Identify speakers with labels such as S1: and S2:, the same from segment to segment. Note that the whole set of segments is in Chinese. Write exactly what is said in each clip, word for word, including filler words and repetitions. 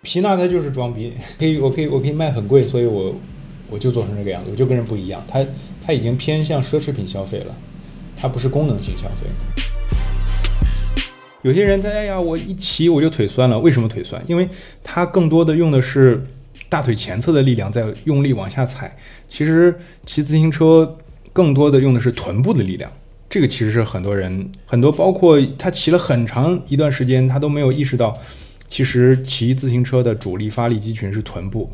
S1: 皮娜它就是装逼，可以我可以我可以卖很贵，所以我我就做成这个样子，我就跟人不一样。它它已经偏向奢侈品消费了，它不是功能性消费。有些人他哎呀，我一骑我就腿酸了，为什么腿酸？因为他更多的用的是大腿前侧的力量在用力往下踩，其实骑自行车更多的用的是臀部的力量。这个其实是很多人很多，包括他骑了很长一段时间，他都没有意识到，其实骑自行车的主力发力肌群是臀部。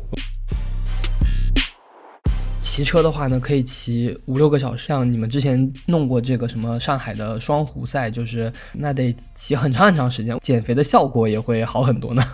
S2: 骑车的话呢，可以骑五六个小时。像你们之前弄过这个什么上海的双湖赛，就是那得骑很长很长时间，减肥的效果也会好很多呢。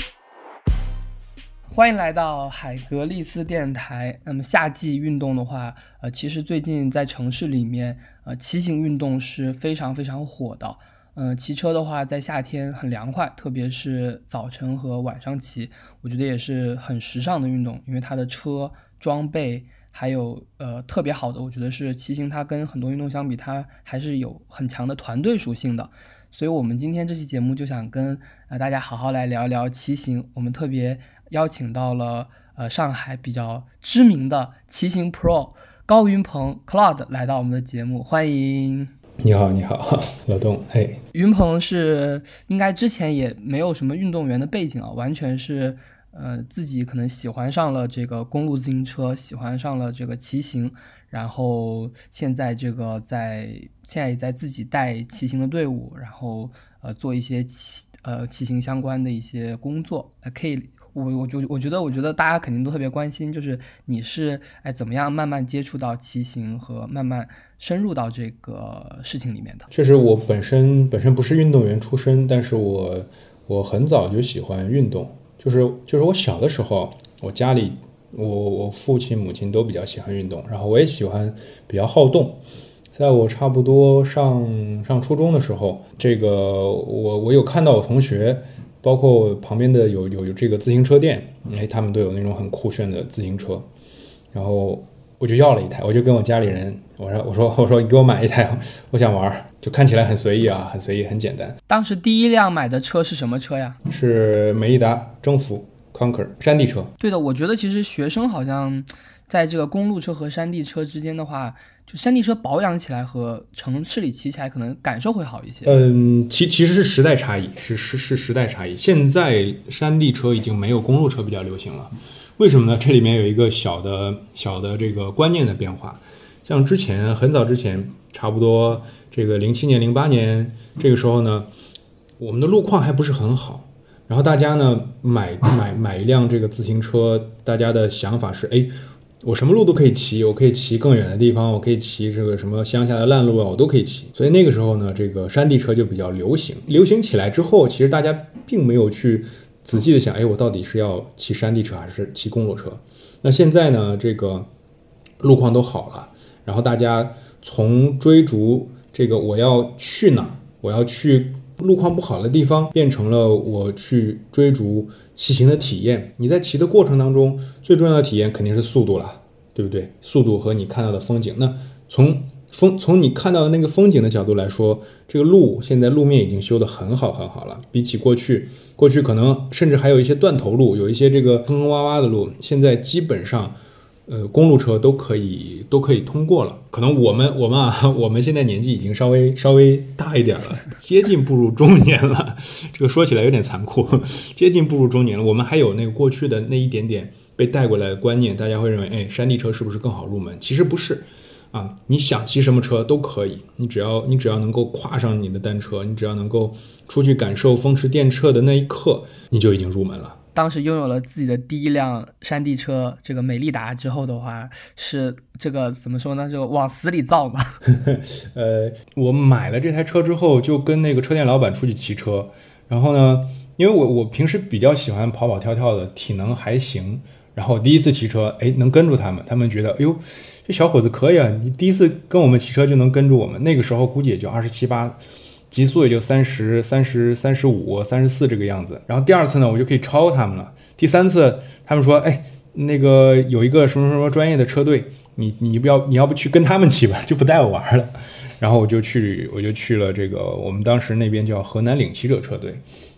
S2: 欢迎来到海格力斯电台。那么夏季运动的话，呃，其实最近在城市里面，呃，骑行运动是非常非常火的。呃，骑车的话，在夏天很凉快，特别是早晨和晚上骑，我觉得也是很时尚的运动，因为它的车装备还有呃特别好的，我觉得是骑行，它跟很多运动相比，它还是有很强的团队属性的。所以我们今天这期节目就想跟呃大家好好来聊一聊骑行。我们特别邀请到了呃上海比较知名的骑行 Pro 高云鹏 Cloud 来到我们的节目，欢迎。
S1: 你好，你好，老董。哎，
S2: 云鹏是应该之前也没有什么运动员的背景啊，完全是呃自己可能喜欢上了这个公路自行车，喜欢上了这个骑行，然后现在这个在现在也在自己带骑行的队伍，然后呃做一些骑呃骑行相关的一些工作。呃、可以我我就我觉得我觉得大家肯定都特别关心，就是你是哎怎么样慢慢接触到骑行和慢慢深入到这个事情里面的。
S1: 确实我本身本身不是运动员出身，但是我我很早就喜欢运动，就是就是我小的时候，我家里我我父亲母亲都比较喜欢运动，然后我也喜欢比较好动。在我差不多上上初中的时候，这个我我有看到我同学，包括旁边的有有有这个自行车店，哎，他们都有那种很酷炫的自行车，然后我就要了一台，我就跟我家里人我说我说我说你给我买一台，我想玩，就看起来很随意啊，很随意，很简单。
S2: 当时第一辆买的车是什么车呀？
S1: 是美利达征服 Conquer 山地车。
S2: 对的，我觉得其实学生好像在这个公路车和山地车之间的话，就山地车保养起来和城市里骑起来可能感受会好一些。
S1: 嗯，其其实是时代差异，是是是时代差异。现在山地车已经没有公路车比较流行了，为什么呢？这里面有一个小的小的这个观念的变化。像之前很早之前，差不多这个零七年、零八年这个时候呢，我们的路况还不是很好。然后大家呢买买买一辆这个自行车，大家的想法是，哎，我什么路都可以骑，我可以骑更远的地方，我可以骑这个什么乡下的烂路啊，我都可以骑。所以那个时候呢，这个山地车就比较流行。流行起来之后，其实大家并没有去仔细的想，哎，我到底是要骑山地车还是骑公路车？那现在呢，这个路况都好了，然后大家从追逐这个我要去哪，我要去路况不好的地方，变成了我去追逐骑行的体验。你在骑的过程当中，最重要的体验肯定是速度了，对不对？速度和你看到的风景。那从风从你看到的那个风景的角度来说，这个路现在路面已经修得很好很好了，比起过去，过去可能甚至还有一些断头路，有一些这个坑坑洼洼的路，现在基本上呃，公路车都可以都可以通过了。可能我们我们啊，我们现在年纪已经稍微稍微大一点了，接近步入中年了。这个说起来有点残酷，接近步入中年了。我们还有那个过去的那一点点被带过来的观念，大家会认为，哎，山地车是不是更好入门？其实不是啊，你想骑什么车都可以，你只要你只要能够跨上你的单车，你只要能够出去感受风驰电掣的那一刻，你就已经入门了。
S2: 当时拥有了自己的第一辆山地车，这个美利达之后的话，是这个怎么说呢？就往死里造嘛。
S1: 呃，我买了这台车之后，就跟那个车店老板出去骑车，然后呢，因为我我平时比较喜欢跑跑跳跳的，体能还行。然后第一次骑车，哎，能跟住他们，他们觉得，哎呦，这小伙子可以啊！你第一次跟我们骑车就能跟住我们。那个时候估计也就二十七八。极速也就三十、三十、三十五、三十四这个样子。然后第二次呢，我就可以超他们了。第三次，他们说：“哎，那个有一个什么什么专业的车队，你你不要你要不去跟他们骑吧，就不带我玩了。”然后我就去，我就去了这个我们当时那边叫河南领骑者车队。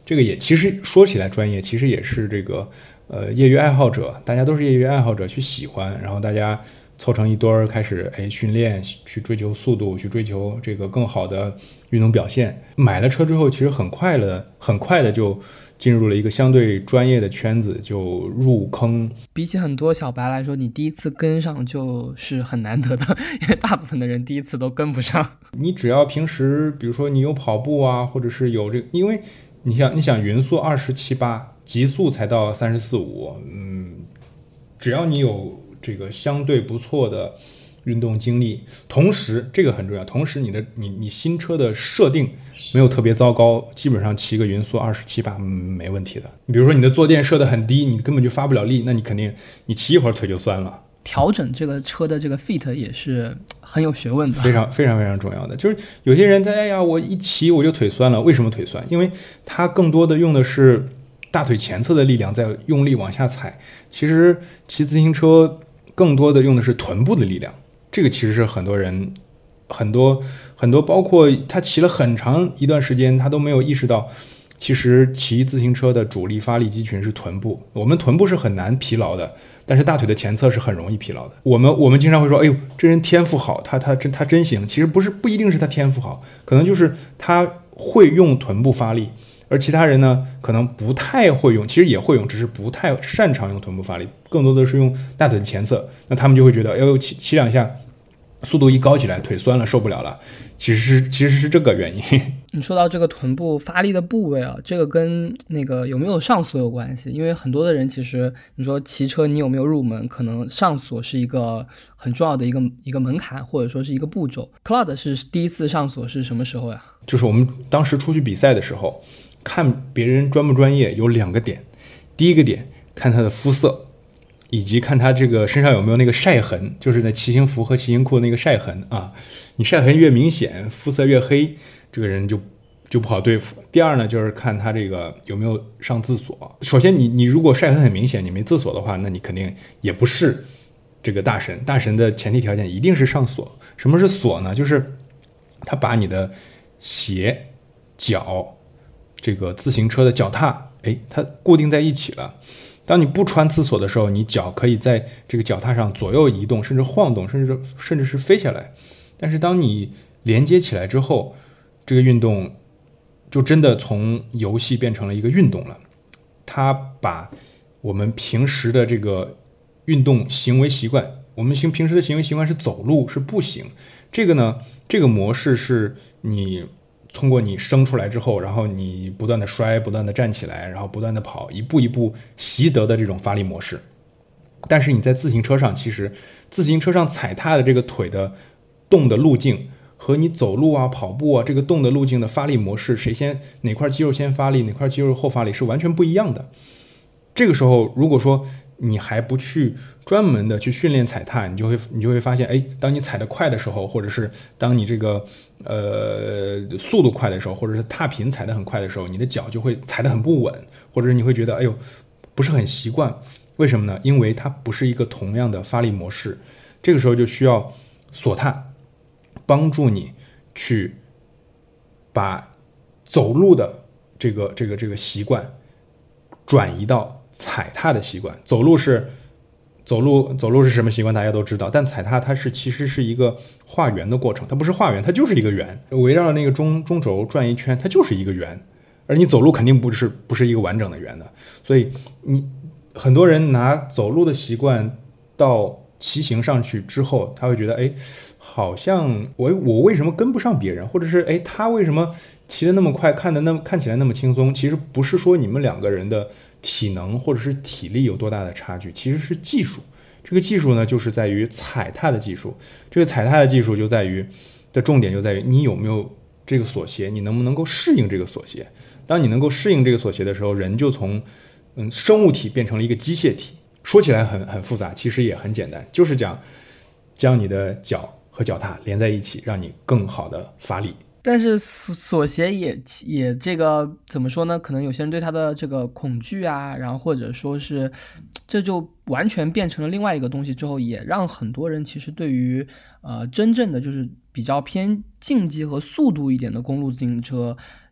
S1: 这个也其实说起来专业，其实也是这个呃业余爱好者，大家都是业余爱好者去喜欢，然后大家凑成一堆儿开始哎训练，去追求速度，去追求这个更好的运动表现。买了车之后，其实很快的很快的就进入了一个相对专业的圈子，就入坑。
S2: 比起很多小白来说，你第一次跟上就是很难得的，因为大部分的人第一次都跟不上。
S1: 你只要平时比如说你有跑步啊，或者是有这个，因为你想你想匀速二十七八，极速才到三十四五，嗯，只要你有这个相对不错的运动经历，同时这个很重要，同时你的你你新车的设定没有特别糟糕，基本上骑个匀速二十七八没问题的。你比如说你的坐垫设得很低，你根本就发不了力，那你肯定你骑一会儿腿就酸了。
S2: 调整这个车的这个 fit 也是很有学问的，
S1: 非常非常非常重要的。就是有些人在哎呀，我一骑我就腿酸了，为什么腿酸？因为他更多的用的是大腿前侧的力量在用力往下踩，其实骑自行车更多的用的是臀部的力量。这个其实是很多人很多很多，包括他骑了很长一段时间，他都没有意识到。其实骑自行车的主力发力肌群是臀部，我们臀部是很难疲劳的，但是大腿的前侧是很容易疲劳的。我们我们经常会说，哎呦，这人天赋好，他他真他真行。其实不是，不一定是他天赋好，可能就是他会用臀部发力，而其他人呢，可能不太会用，其实也会用，只是不太擅长用臀部发力，更多的是用大腿的前侧。那他们就会觉得，哎呦，骑骑两下，速度一高起来，腿酸了，受不了了。其实是其实是这个原因。
S2: 你说到这个臀部发力的部位啊，这个跟那个有没有上锁有关系。因为很多的人其实你说骑车你有没有入门，可能上锁是一个很重要的一个一个门槛，或者说是一个步骤。Claude 是第一次上锁是什么时候呀？
S1: 就是我们当时出去比赛的时候，看别人专不专业有两个点。第一个点看他的肤色，以及看他这个身上有没有那个晒痕，就是那骑行服和骑行裤那个晒痕啊。你晒痕越明显，肤色越黑，这个人就就不好对付。第二呢，就是看他这个有没有上自锁。首先你，你如果晒痕很明显，你没自锁的话，那你肯定也不是这个大神。大神的前提条件一定是上锁。什么是锁呢？就是他把你的鞋、脚、这个自行车的脚踏，哎，它固定在一起了。当你不穿自锁的时候，你脚可以在这个脚踏上左右移动，甚至晃动，甚至甚至是飞下来。但是当你连接起来之后，这个运动就真的从游戏变成了一个运动了。它把我们平时的这个运动行为习惯，我们行平时的行为习惯是走路，是步行。这个呢，这个模式是你通过你生出来之后，然后你不断的摔，不断的站起来，然后不断的跑，一步一步习得的这种发力模式。但是你在自行车上，其实自行车上踩踏的这个腿的动的路径和你走路啊、跑步啊这个动的路径的发力模式，谁先哪块肌肉先发力，哪块肌肉后发力是完全不一样的。这个时候，如果说你还不去专门的去训练踩踏，你就会你就会发现，哎，当你踩得快的时候，或者是当你这个呃速度快的时候，或者是踏频踩得很快的时候，你的脚就会踩得很不稳，或者是你会觉得，哎呦，不是很习惯。为什么呢？因为它不是一个同样的发力模式。这个时候就需要锁踏帮助你去把走路的这个这个这个习惯转移到踩踏的习惯。走路是走路走路是什么习惯大家都知道，但踩踏它是其实是一个画圆的过程，它不是画圆，它就是一个圆，围绕那个中中轴转一圈，它就是一个圆。而你走路肯定不是不是一个完整的圆的，所以你很多人拿走路的习惯到骑行上去之后，他会觉得，哎，好像我我为什么跟不上别人，或者是哎他为什么骑得那么快，看得那么看起来那么轻松？其实不是说你们两个人的体能或者是体力有多大的差距，其实是技术。这个技术呢，就是在于踩踏的技术。这个踩踏的技术就在于的重点就在于你有没有这个锁鞋，你能不能够适应这个锁鞋。当你能够适应这个锁鞋的时候，人就从嗯生物体变成了一个机械体。说起来很很复杂，其实也很简单，就是讲将你的脚和脚踏连在一起，让你更好的发力。
S2: 但是锁锁鞋也也这个怎么说呢？可能有些人对它的这个恐惧啊，然后或者说是这就完全变成了另外一个东西之后，也让很多人其实对于呃真正的就是比较偏竞技和速度一点的公路自行车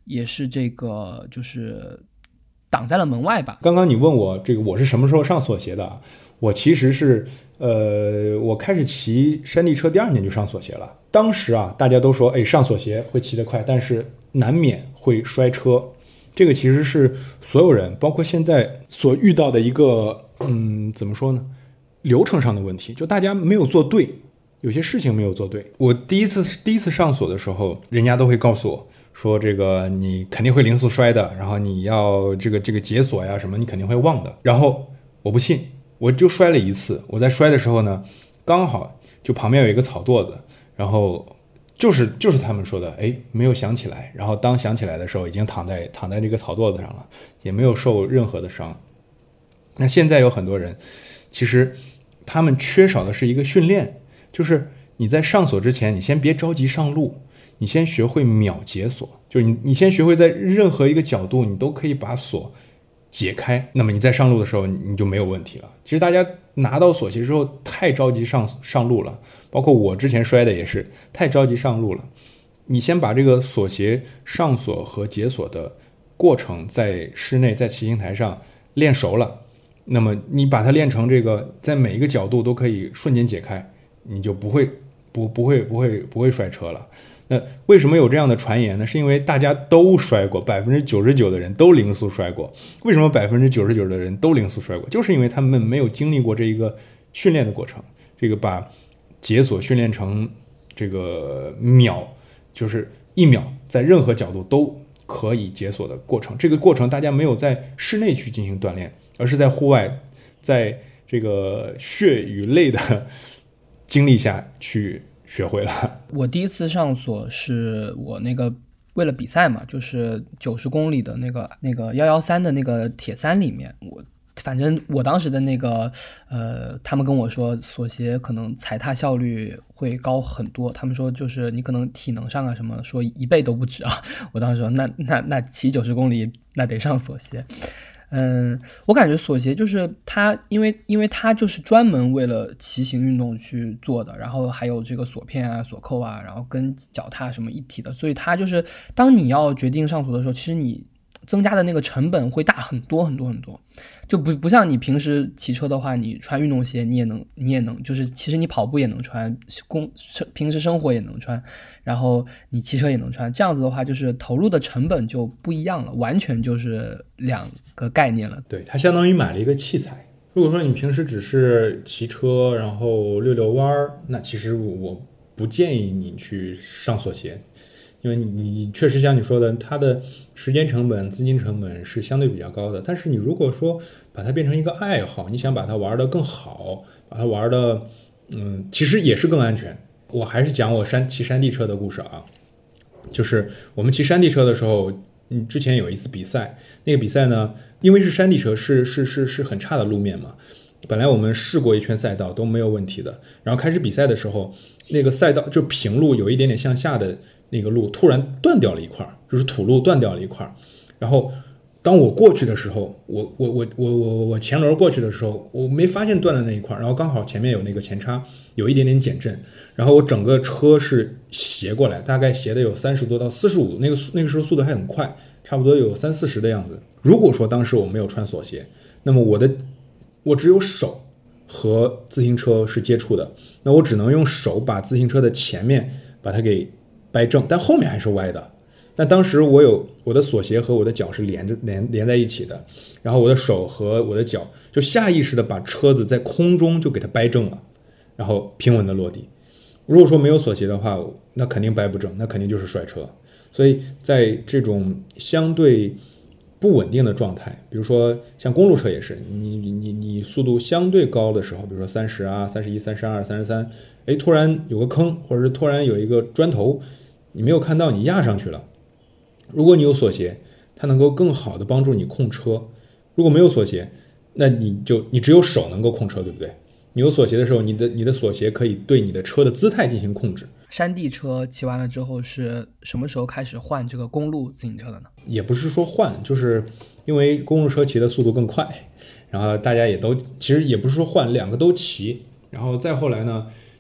S2: 也是这个就是挡在了门外吧。
S1: 刚刚你问我这个我是什么时候上锁鞋的，我其实是呃，我开始骑山地车第二年就上锁鞋了。当时啊，大家都说，哎，上锁鞋会骑得快，但是难免会摔车。这个其实是所有人，包括现在所遇到的一个，嗯，怎么说呢？流程上的问题，就大家没有做对，有些事情没有做对。我第一次第一次上锁的时候，人家都会告诉我说，这个你肯定会零速摔的，然后你要这个这个解锁呀什么，你肯定会忘的。然后我不信，我就摔了一次。我在摔的时候呢，刚好就旁边有一个草垛子，然后就是就是他们说的，哎，没有想起来。然后当想起来的时候，已经躺在躺在这个草垛子上了，也没有受任何的伤。那现在有很多人，其实他们缺少的是一个训练，就是你在上锁之前，你先别着急上路，你先学会秒解锁，就是你你先学会在任何一个角度，你都可以把锁解开，那么你在上路的时候你就没有问题了。其实大家拿到锁鞋之后太着急上上路了，包括我之前摔的也是太着急上路了。你先把这个锁鞋上锁和解锁的过程在室内在骑行台上练熟了，那么你把它练成这个在每一个角度都可以瞬间解开，你就不会不不会不会不会摔车了。那为什么有这样的传言呢？是因为大家都摔过，百分之九十九的人都零速摔过。为什么百分之九十九的人都零速摔过？就是因为他们没有经历过这一个训练的过程，这个把解锁训练成这个秒，就是一秒在任何角度都可以解锁的过程。这个过程大家没有在室内去进行锻炼，而是在户外，在这个血与泪的经历下去学会了。
S2: 我第一次上锁是我那个为了比赛嘛，就是九十公里的那个那个幺幺三的那个铁三里面，我反正我当时的那个呃，他们跟我说锁鞋可能踩踏效率会高很多，他们说就是你可能体能上啊什么说一倍都不止啊。我当时说那那那骑九十公里那得上锁鞋。嗯，我感觉锁鞋就是它，因为因为它就是专门为了骑行运动去做的，然后还有这个锁片啊、锁扣啊，然后跟脚踏什么一体的，所以它就是当你要决定上锁的时候，其实你增加的那个成本会大很多很多很多，就不不像你平时骑车的话，你穿运动鞋你也能你也能，就是其实你跑步也能穿，公平时生活也能穿，然后你骑车也能穿，这样子的话就是投入的成本就不一样了，完全就是两个概念了。
S1: 对，它相当于买了一个器材。如果说你平时只是骑车然后溜溜弯儿，那其实我不建议你去上锁鞋，因为你你确实像你说的，它的时间成本、资金成本是相对比较高的。但是你如果说把它变成一个爱好，你想把它玩得更好，把它玩的，嗯，其实也是更安全。我还是讲我山骑山地车的故事啊，就是我们骑山地车的时候，嗯，之前有一次比赛，那个比赛呢，因为是山地车，是是是是很差的路面嘛。本来我们试过一圈赛道都没有问题的，然后开始比赛的时候，那个赛道就平路有一点点向下的那个路突然断掉了一块，就是土路断掉了一块。然后当我过去的时候，我我我我我我前轮过去的时候，我没发现断的那一块，然后刚好前面有那个前叉，有一点点减震，然后我整个车是斜过来，大概斜的有三十多到四十五度，那个那个时候速度还很快，差不多有三四十的样子。如果说当时我没有穿锁鞋，那么我的我只有手和自行车是接触的，那我只能用手把自行车的前面把它给掰正，但后面还是歪的。但当时我有我的锁鞋和我的脚是连着连连在一起的，然后我的手和我的脚就下意识的把车子在空中就给它掰正了，然后平稳的落地。如果说没有锁鞋的话，那肯定掰不正，那肯定就是摔车。所以在这种相对不稳定的状态，比如说像公路车也是，你你你速度相对高的时候，比如说三十啊、三十一、三十二、三十三，哎，突然有个坑，或者是突然有一个砖头，你没有看到，你压上去了。如果你有锁鞋，它能够更好的帮助你控车。如果没有锁鞋，那你就你只有手能够控车，对不对？你有锁鞋的时候，你的你的锁鞋可以对你的车的姿态进行控制。
S2: 山地车骑完了之后是什么时候开始换这个公路自行车的呢？
S1: 也不是说换，就是因为公路车骑的速度更快，然后大家也都其实也不是说换，两个都骑。然后再后来呢，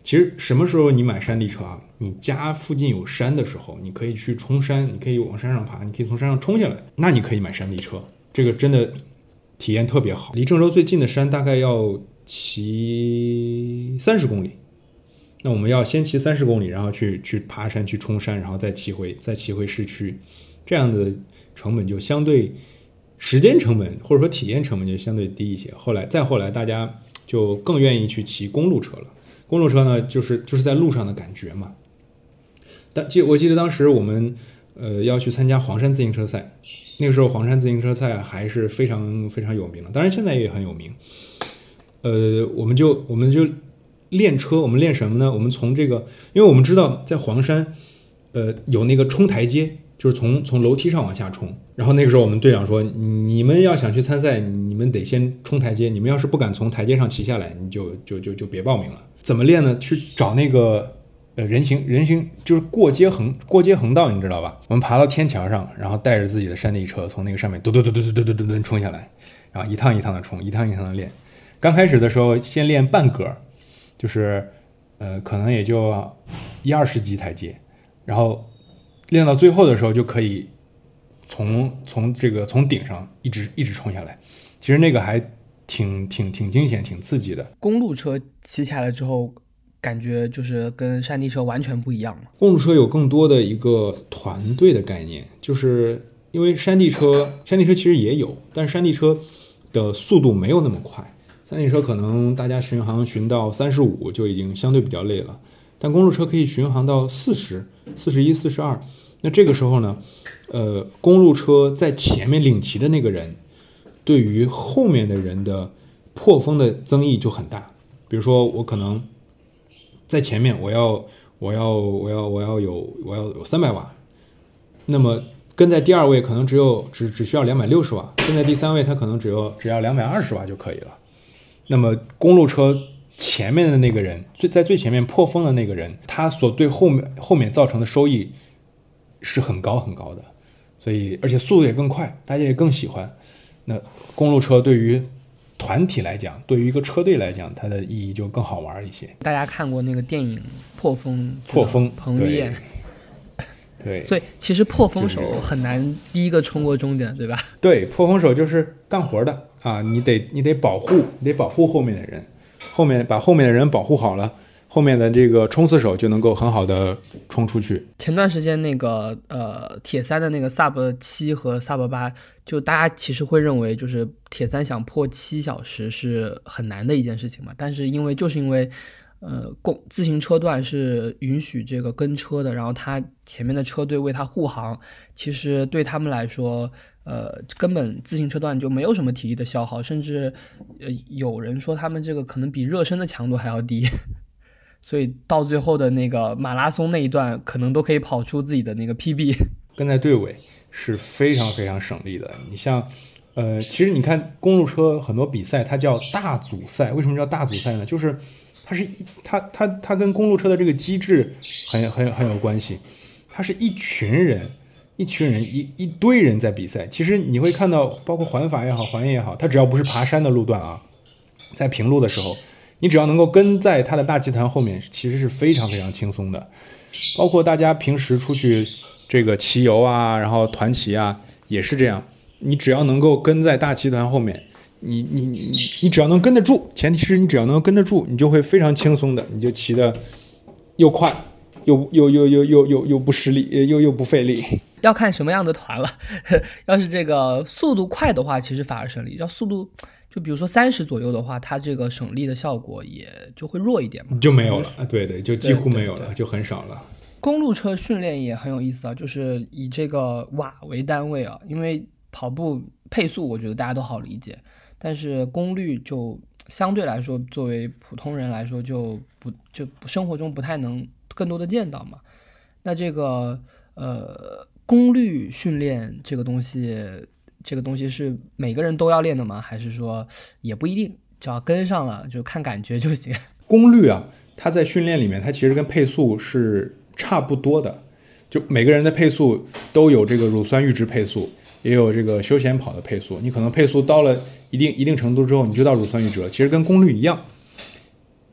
S1: 其实什么时候你买山地车啊？你家附近有山的时候，你可以去冲山，你可以往山上爬，你可以从山上冲下来，那你可以买山地车，这个真的体验特别好。离郑州最近的山大概要骑三十公里，那我们要先骑三十公里，然后去去爬山去冲山，然后再骑回再骑回市区，这样的成本就相对时间成本或者说体验成本就相对低一些。后来再后来大家就更愿意去骑公路车了。公路车呢，就是就是在路上的感觉嘛。但记我记得当时我们呃要去参加黄山自行车赛，那个时候黄山自行车赛还是非常非常有名的，当然现在也很有名。呃，我们就我们就练车，我们练什么呢？我们从这个，因为我们知道在黄山，呃，有那个冲台阶，就是从从楼梯上往下冲。然后那个时候我们队长说，你们要想去参赛，你们得先冲台阶。你们要是不敢从台阶上骑下来，你就就就就别报名了。怎么练呢？去找那个呃人行人行，就是过街横过街横道，你知道吧？我们爬到天桥上，然后带着自己的山地车从那个上面嘟嘟嘟嘟嘟嘟嘟嘟冲下来，然后一趟一趟的冲，一趟一趟的练。刚开始的时候先练半格。就是呃可能也就一二十级台阶，然后练到最后的时候就可以从从这个从顶上一直一直冲下来，其实那个还挺挺挺惊险挺刺激的。
S2: 公路车骑起来了之后感觉就是跟山地车完全不一样了。
S1: 公路车有更多的一个团队的概念，就是因为山地车山地车其实也有，但是山地车的速度没有那么快，山地车可能大家巡航巡到三十五就已经相对比较累了，但公路车可以巡航到四十、四十一、四十二。那这个时候呢，呃，公路车在前面领骑的那个人，对于后面的人的破风的增益就很大。比如说，我可能在前面，我要我要我要我要有我要有三百瓦，那么跟在第二位可能只有只只需要两百六十瓦，跟在第三位他可能只有只要两百二十瓦就可以了。那么公路车前面的那个人，最在最前面破风的那个人，他所对后面后面造成的收益是很高很高的，所以而且速度也更快，大家也更喜欢。那公路车对于团体来讲，对于一个车队来讲，它的意义就更好玩一些。
S2: 大家看过那个电影《破风》，
S1: 破风
S2: 彭于晏。
S1: 对，
S2: 所以其实破风手很难第一个冲过终点，对吧？
S1: 对，破风手就是干活的啊，你得你得保护，你得保护后面的人，后面把后面的人保护好了，后面的这个冲刺手就能够很好的冲出去。
S2: 前段时间那个呃铁三的那个 sub 七和 sub 八，就大家其实会认为就是铁三想破七小时是很难的一件事情嘛，但是因为就是因为。呃，共自行车段是允许这个跟车的，然后他前面的车队为他护航，其实对他们来说，呃，根本自行车段就没有什么体力的消耗，甚至呃有人说他们这个可能比热身的强度还要低，所以到最后的那个马拉松那一段，可能都可以跑出自己的那个 P B。
S1: 跟在队尾是非常非常省力的。你像，呃，其实你看公路车很多比赛，它叫大组赛，为什么叫大组赛呢？就是它是一它它它跟公路车的这个机制很很很有关系，它是一群人一群人一一堆人在比赛。其实你会看到，包括环法也好，环野也好，它只要不是爬山的路段啊，在平路的时候，你只要能够跟在它的大集团后面，其实是非常非常轻松的。包括大家平时出去这个骑游啊，然后团骑啊，也是这样。你只要能够跟在大集团后面。你你你你只要能跟得住，前提是你只要能跟得住，你就会非常轻松的，你就骑得又快又又又又又又又不失力，又又不费力。
S2: 要看什么样的团了，要是这个速度快的话，其实反而省力；要速度就比如说三十左右的话，它这个省力的效果也就会弱一点嘛，
S1: 就没有了。对对，就几乎没有了，
S2: 对对对，
S1: 就很少了。
S2: 公路车训练也很有意思啊，就是以这个瓦为单位啊，因为跑步配速，我觉得大家都好理解。但是功率就相对来说，作为普通人来说就不就生活中不太能更多的见到嘛。那这个呃功率训练这个东西，这个东西是每个人都要练的吗？还是说也不一定，只要跟上了就看感觉就行？
S1: 功率啊，它在训练里面，它其实跟配速是差不多的，就每个人的配速都有这个乳酸阈值配速。也有这个休闲跑的配速，你可能配速到了一定一定程度之后，你就到乳酸阈值了，其实跟功率一样。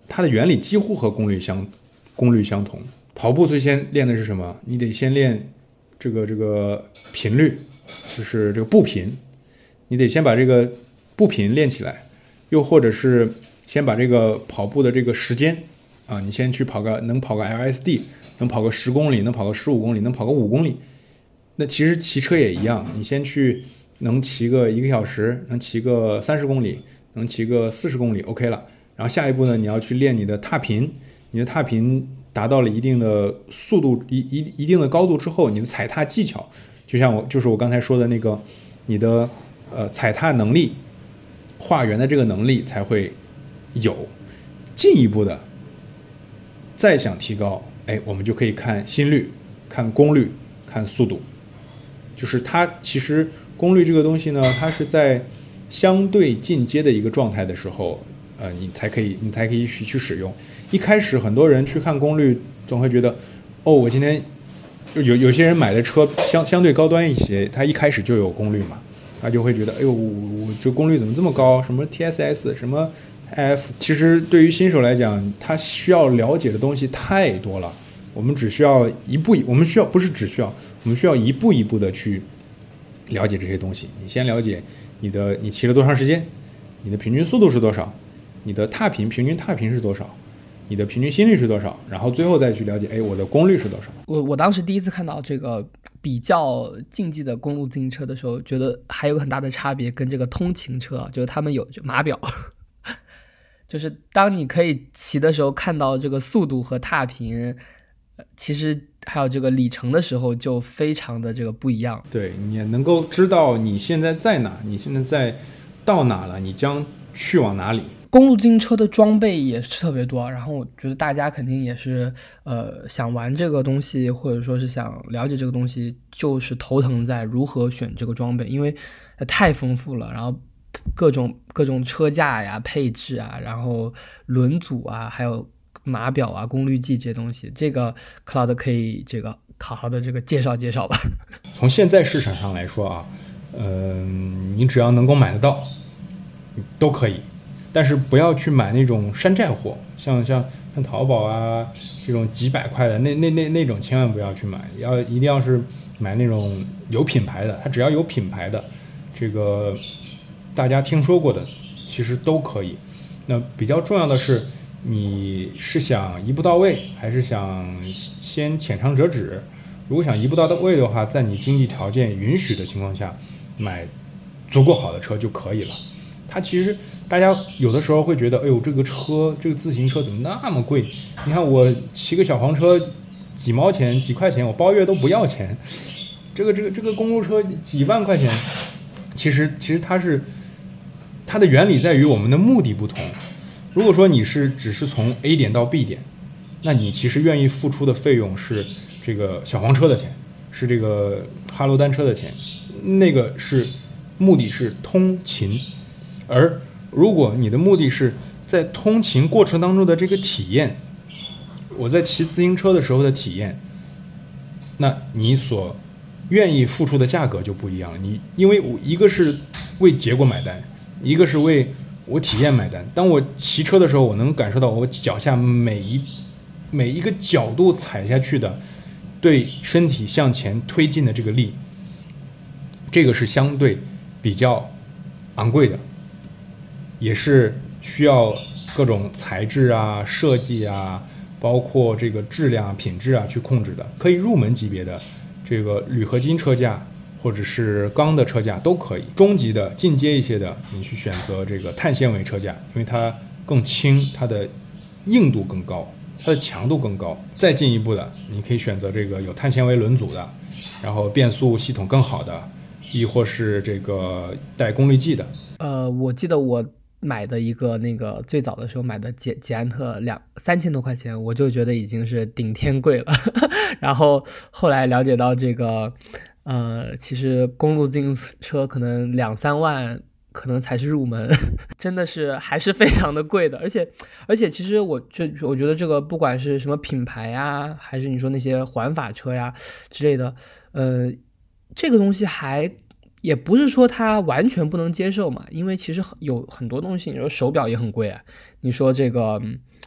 S1: 它的原理几乎和功率相功率相同。跑步最先练的是什么？你得先练这个这个频率，就是这个步频，你得先把这个步频练起来，又或者是先把这个跑步的这个时间啊，你先去跑个能跑个 L S D， 能跑个十公里，能跑个十五公里，能跑个五公里。那其实骑车也一样，你先去能骑个一个小时，能骑个三十公里，能骑个四十公里 OK 了。然后下一步呢，你要去练你的踏频，你的踏频达到了一定的速度一一一定的高度之后，你的踩踏技巧，就像我就是我刚才说的那个，你的呃踩踏能力、画圆的这个能力才会有。进一步的，再想提高，哎，我们就可以看心率、看功率、看速度。就是它其实功率这个东西呢，它是在相对进阶的一个状态的时候，呃，你才可以你才可以去去使用。一开始很多人去看功率，总会觉得，哦，我今天就有有些人买的车相相对高端一些，他一开始就有功率嘛，他就会觉得，哎呦，我这功率怎么这么高？什么 T S S， 什么 I F， 其实对于新手来讲，他需要了解的东西太多了。我们只需要一步，我们需要不是只需要。我们需要一步一步的去了解这些东西。你先了解你的你骑了多长时间，你的平均速度是多少，你的踏频平均踏频是多少，你的平均心率是多少，然后最后再去了解，哎，我的功率是多少。
S2: 我我当时第一次看到这个比较竞技的公路自行车的时候，觉得还有个很大的差别，跟这个通勤车，就是他们有码表，就是当你可以骑的时候看到这个速度和踏频，其实还有这个里程的时候就非常的这个不一样。
S1: 对，你也能够知道你现在在哪，你现在在到哪了，你将去往哪里。
S2: 公路自行车的装备也是特别多，然后我觉得大家肯定也是呃想玩这个东西，或者说是想了解这个东西，就是头疼在如何选这个装备，因为太丰富了，然后各种各种车架呀、配置啊，然后轮组啊，还有码表啊、功率计这些东西，这个 Cloud 可以这个好好的这个介绍介绍吧。
S1: 从现在市场上来说啊，嗯、呃，你只要能够买得到，都可以，但是不要去买那种山寨货，像像像淘宝啊这种几百块的那那那那种千万不要去买，要一定要是买那种有品牌的，它只要有品牌的，这个大家听说过的，其实都可以。那比较重要的是，你是想一步到位，还是想先浅尝辄止？如果想一步到位的话，在你经济条件允许的情况下，买足够好的车就可以了。它其实大家有的时候会觉得，哎呦，这个车，这个自行车怎么那么贵？你看我骑个小黄车，几毛钱、几块钱，我包月都不要钱。这个这个这个公路车几万块钱，其实其实它是它的原理在于我们的目的不同。如果说你是只是从 A 点到 B 点，那你其实愿意付出的费用是这个小黄车的钱，是这个哈罗单车的钱，那个是目的是通勤。而如果你的目的是在通勤过程当中的这个体验，我在骑自行车的时候的体验，那你所愿意付出的价格就不一样。你因为一个是为结果买单，一个是为我体验买单。当我骑车的时候，我能感受到我脚下每一每一个角度踩下去的对身体向前推进的这个力，这个是相对比较昂贵的，也是需要各种材质啊、设计啊，包括这个质量、品质啊去控制的。可以入门级别的这个铝合金车架或者是钢的车架都可以，中级的进阶一些的，你去选择这个碳纤维车架，因为它更轻，它的硬度更高，它的强度更高。再进一步的，你可以选择这个有碳纤维轮组的，然后变速系统更好的，亦或是这个带功率计的。
S2: 呃，我记得我买的一个那个最早的时候买的捷捷安特两三千多块钱，我就觉得已经是顶天贵了。然后后来了解到这个，呃，其实公路自行车可能两三万可能才是入门，真的是还是非常的贵的。而且而且其实我这我觉得这个不管是什么品牌呀，还是你说那些环法车呀之类的，呃，这个东西还也不是说它完全不能接受嘛，因为其实有很多东西，你说手表也很贵啊，你说这个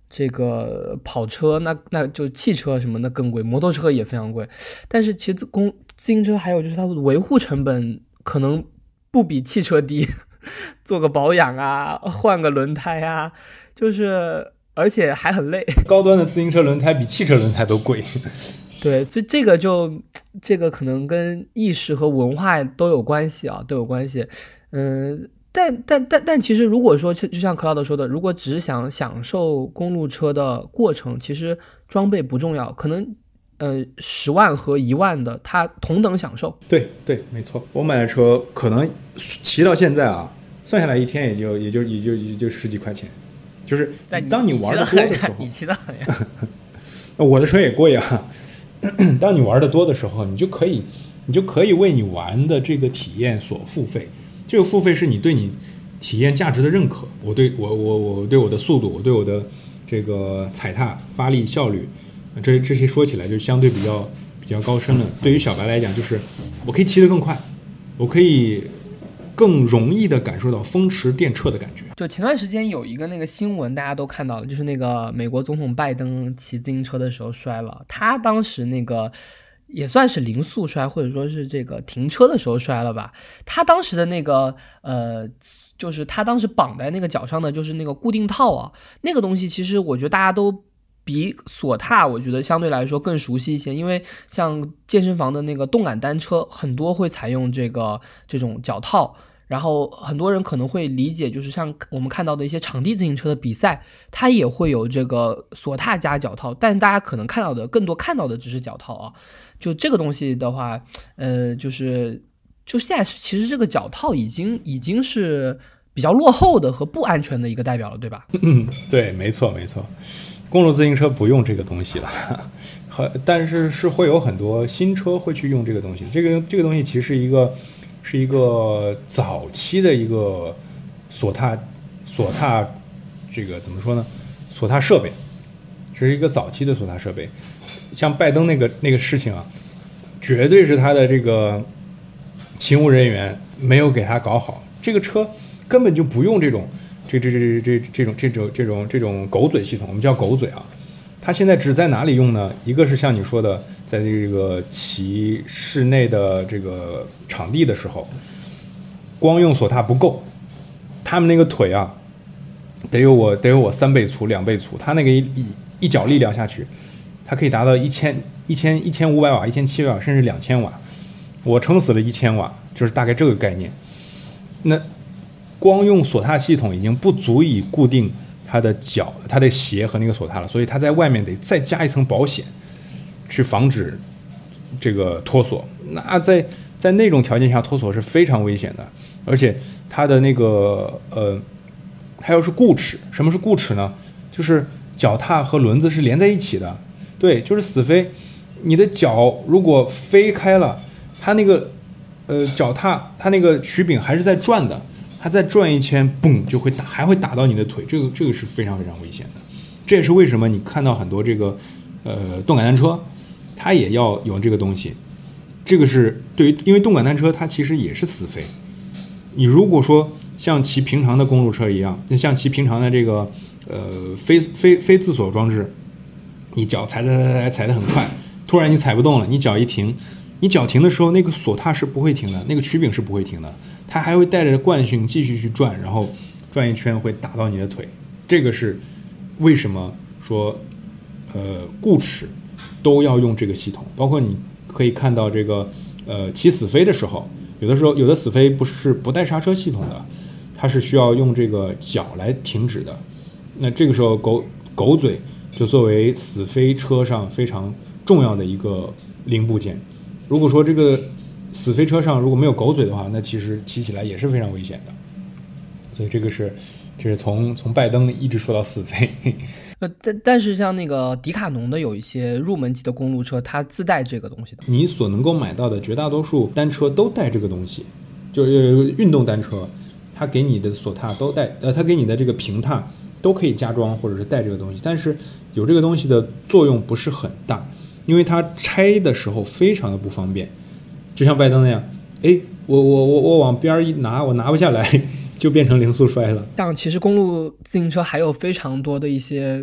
S2: 这个跑车那那就汽车什么的更贵，摩托车也非常贵。但是其实公自行车还有就是它的维护成本可能不比汽车低，做个保养啊，换个轮胎啊，就是而且还很累。
S1: 高端的自行车轮胎比汽车轮胎都贵。
S2: 对，所以这个就这个可能跟意识和文化都有关系啊，都有关系。嗯，但但但但其实如果说就像 Cloud 说的，如果只是想享受公路车的过程，其实装备不重要，可能呃十万和一万的它同等享受。
S1: 对对，没错。我买的车可能骑到现在啊，算下来一天也就也就也就也就十几块钱，就是当你玩的多的时候，
S2: 你骑得很呀，
S1: 我的车也贵啊。当你玩的多的时候，你就可以你就可以为你玩的这个体验所付费。这个付费是你对你体验价值的认可。我对我我我对我的速度，我对我的这个踩踏发力效率，这这些说起来就相对比较比较高深了。对于小白来讲，就是我可以骑得更快，我可以更容易的感受到风驰电掣的感觉。
S2: 就前段时间有一个那个新闻，大家都看到了，就是那个美国总统拜登骑自行车的时候摔了，他当时那个也算是零速摔，或者说是这个停车的时候摔了吧。他当时的那个呃，就是他当时绑在那个脚上的就是那个固定套啊，那个东西其实我觉得大家都比锁踏我觉得相对来说更熟悉一些，因为像健身房的那个动感单车很多会采用这个这种脚套。然后很多人可能会理解，就是像我们看到的一些场地自行车的比赛，它也会有这个锁踏加脚套，但大家可能看到的更多看到的只是脚套啊。就这个东西的话，呃，就是就现在其实这个脚套已经已经是比较落后的和不安全的一个代表了，对吧？
S1: 嗯，对，没错没错，公路自行车不用这个东西了，和但是是会有很多新车会去用这个东西。这个这个东西其实是一个。是一个早期的一个锁踏锁踏这个怎么说呢？锁踏设备，这是一个早期的锁踏设备。像拜登那个那个事情啊，绝对是他的这个勤务人员没有给他搞好。这个车根本就不用这种这这这这这种这种这种这种狗嘴系统，我们叫狗嘴啊。它现在只在哪里用呢？一个是像你说的，在这个骑室内的这个场地的时候，光用锁踏不够，他们那个腿啊，得有我得有我三倍粗、两倍粗，他那个一一一脚力量下去，它可以达到一千一千一千五百瓦、一千七百瓦，甚至两千瓦。我撑死了一千瓦，就是大概这个概念。那光用锁踏系统已经不足以固定他的脚、他的鞋和那个锁踏了，所以他在外面得再加一层保险，去防止这个脱锁。那在在那种条件下脱锁是非常危险的，而且它的那个呃，还有是固齿。什么是固齿呢？就是脚踏和轮子是连在一起的，对，就是死飞。你的脚如果飞开了，它那个呃脚踏它那个曲柄还是在转的。它再转一圈，嘣就会打，还会打到你的腿，这个这个是非常非常危险的。这也是为什么你看到很多这个呃动感单车，它也要有这个东西。这个是对于，因为动感单车它其实也是死飞。你如果说像骑平常的公路车一样，像骑平常的这个呃非非非自锁装置，你脚踩踩踩踩踩得很快，突然你踩不动了，你脚一停，你脚停的时候，那个锁踏是不会停的，那个曲柄是不会停的。它还会带着惯性继续去转，然后转一圈会打到你的腿。这个是为什么说呃固齿都要用这个系统。包括你可以看到这个呃骑死飞的时候，有的时候有的死飞不是不带刹车系统的，它是需要用这个脚来停止的。那这个时候狗狗嘴就作为死飞车上非常重要的一个零部件。如果说这个死飞车上如果没有狗嘴的话，那其实骑起来也是非常危险的。所以这个是，这是从从拜登一直说到死飞。
S2: 呃，但但是像那个迪卡侬的有一些入门级的公路车，它自带这个东西的。
S1: 你所能够买到的绝大多数单车都带这个东西，就是运动单车，它给你的锁踏都带，呃，它给你的这个平踏都可以加装或者是带这个东西，但是有这个东西的作用不是很大，因为它拆的时候非常的不方便。就像拜登那样，哎，我我我我往边一拿，我拿不下来，就变成零速摔了。
S2: 像其实公路自行车还有非常多的一些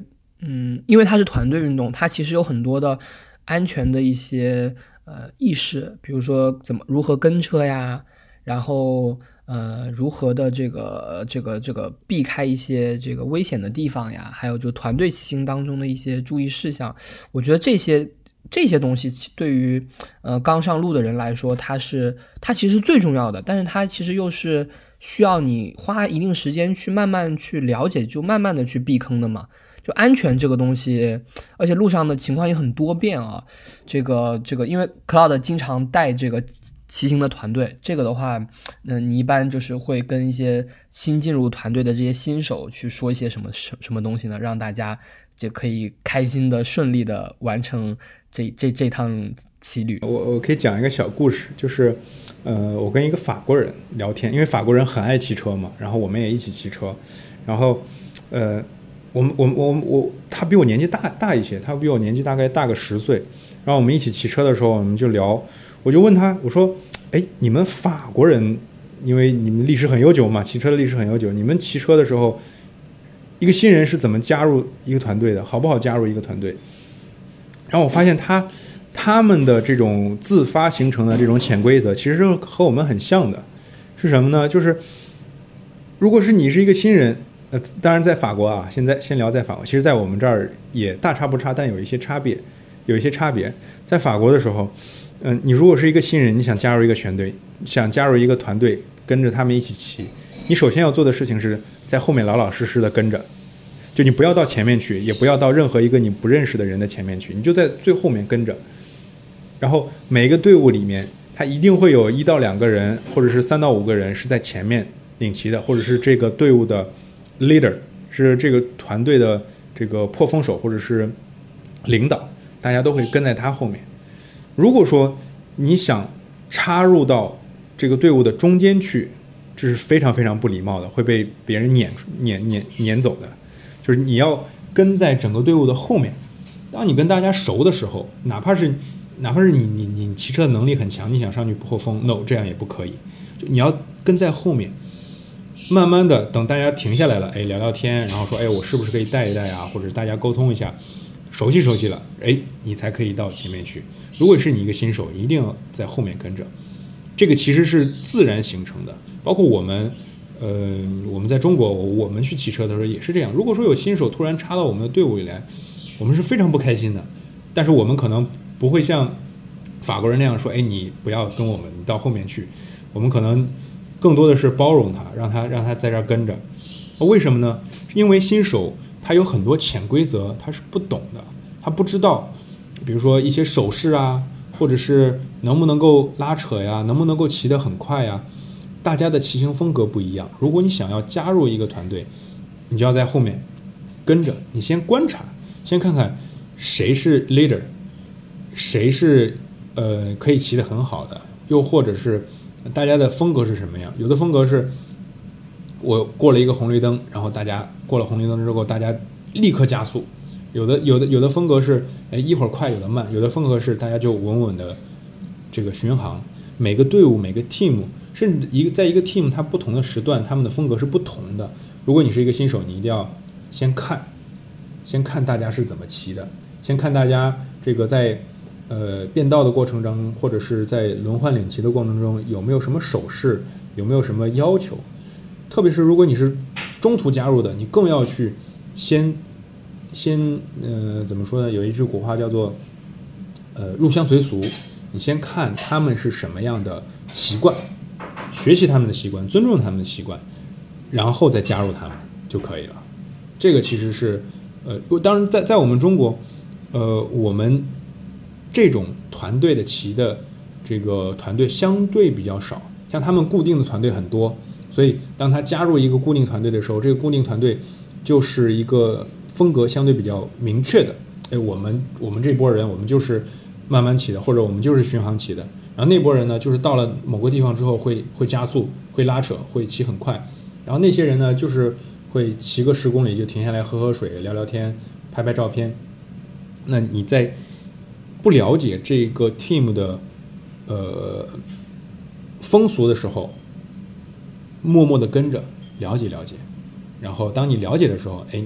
S2: 嗯，因为它是团队运动，它其实有很多的安全的一些呃意识，比如说怎么如何跟车呀，然后呃如何的这个这个这个避开一些这个危险的地方呀，还有就团队骑行当中的一些注意事项，我觉得这些这些东西对于呃刚上路的人来说，它是它其实最重要的，但是它其实又是需要你花一定时间去慢慢去了解，就慢慢的去避坑的嘛。就安全这个东西，而且路上的情况也很多变啊。这个这个，因为 Cloud 经常带这个骑行的团队，这个的话，嗯、呃，你一般就是会跟一些新进入团队的这些新手去说一些什么什什么东西呢？让大家就可以开心的、顺利的完成这这这趟骑旅。
S1: 我我可以讲一个小故事，就是呃，我跟一个法国人聊天，因为法国人很爱骑车嘛，然后我们也一起骑车，然后呃。我们我我我他比我年纪大大一些，他比我年纪大概大个十岁。然后我们一起骑车的时候，我们就聊，我就问他，我说：“哎，你们法国人，因为你们历史很悠久嘛，骑车的历史很悠久，你们骑车的时候，一个新人是怎么加入一个团队的？好不好加入一个团队？”然后我发现他他们的这种自发形成的这种潜规则，其实是和我们很像的。是什么呢？就是如果是你是一个新人。呃，当然在法国啊，现在先聊在法国，其实在我们这儿也大差不差，但有一些差别，有一些差别。在法国的时候，嗯、呃，你如果是一个新人，你想加入一个全队，想加入一个团队，跟着他们一起骑，你首先要做的事情是在后面老老实实的跟着，就你不要到前面去，也不要到任何一个你不认识的人的前面去，你就在最后面跟着。然后每一个队伍里面，他一定会有一到两个人，或者是三到五个人是在前面领骑的，或者是这个队伍的leader 是这个团队的这个破风手或者是领导，大家都会跟在他后面。如果说你想插入到这个队伍的中间去，这是非常非常不礼貌的，会被别人撵撵撵撵走的。就是你要跟在整个队伍的后面。当你跟大家熟的时候，哪怕是哪怕是你你你骑车的能力很强，你想上去破风 ，no， 这样也不可以。就你要跟在后面。慢慢的等大家停下来了，哎，聊聊天，然后说，哎，我是不是可以带一带啊，或者大家沟通一下，熟悉熟悉了，哎，你才可以到前面去。如果是你一个新手，一定要在后面跟着，这个其实是自然形成的。包括我们，呃，我们在中国，我们去骑车的时候也是这样。如果说有新手突然插到我们的队伍里来，我们是非常不开心的。但是我们可能不会像法国人那样说，哎，你不要跟我们，你到后面去。我们可能更多的是包容他，让他让他在这儿跟着。为什么呢？因为新手他有很多潜规则，他是不懂的，他不知道，比如说一些手势啊，或者是能不能够拉扯呀，能不能够骑得很快呀，大家的骑行风格不一样。如果你想要加入一个团队，你就要在后面跟着，你先观察，先看看谁是 leader， 谁是呃可以骑得很好的，又或者是大家的风格是什么样？有的风格是我过了一个红绿灯，然后大家过了红绿灯之后，大家立刻加速；有的有的有的风格是，哎，一会儿快，有的慢；有的风格是大家就稳稳的这个巡航。每个队伍、每个 team， 甚至一个在一个 team， 它不同的时段，他们的风格是不同的。如果你是一个新手，你一定要先看，先看大家是怎么骑的，先看大家这个在。呃，变道的过程中，或者是在轮换领骑的过程中，有没有什么手势，有没有什么要求？特别是如果你是中途加入的，你更要去先先呃怎么说呢？有一句古话叫做呃入乡随俗，你先看他们是什么样的习惯，学习他们的习惯，尊重他们的习惯，然后再加入他们就可以了。这个其实是呃，当然在在我们中国，呃，我们这种团队的骑的这个团队相对比较少，像他们固定的团队很多，所以当他加入一个固定团队的时候，这个固定团队就是一个风格相对比较明确的。哎，我们我们这波人，我们就是慢慢骑的，或者我们就是巡航骑的。然后那波人呢，就是到了某个地方之后会会加速，会拉扯，会骑很快。然后那些人呢，就是会骑个十公里就停下来喝喝水、聊聊天、拍拍照片。那你在不了解这个 team 的呃风俗的时候，默默的跟着了解了解，然后当你了解的时候，哎，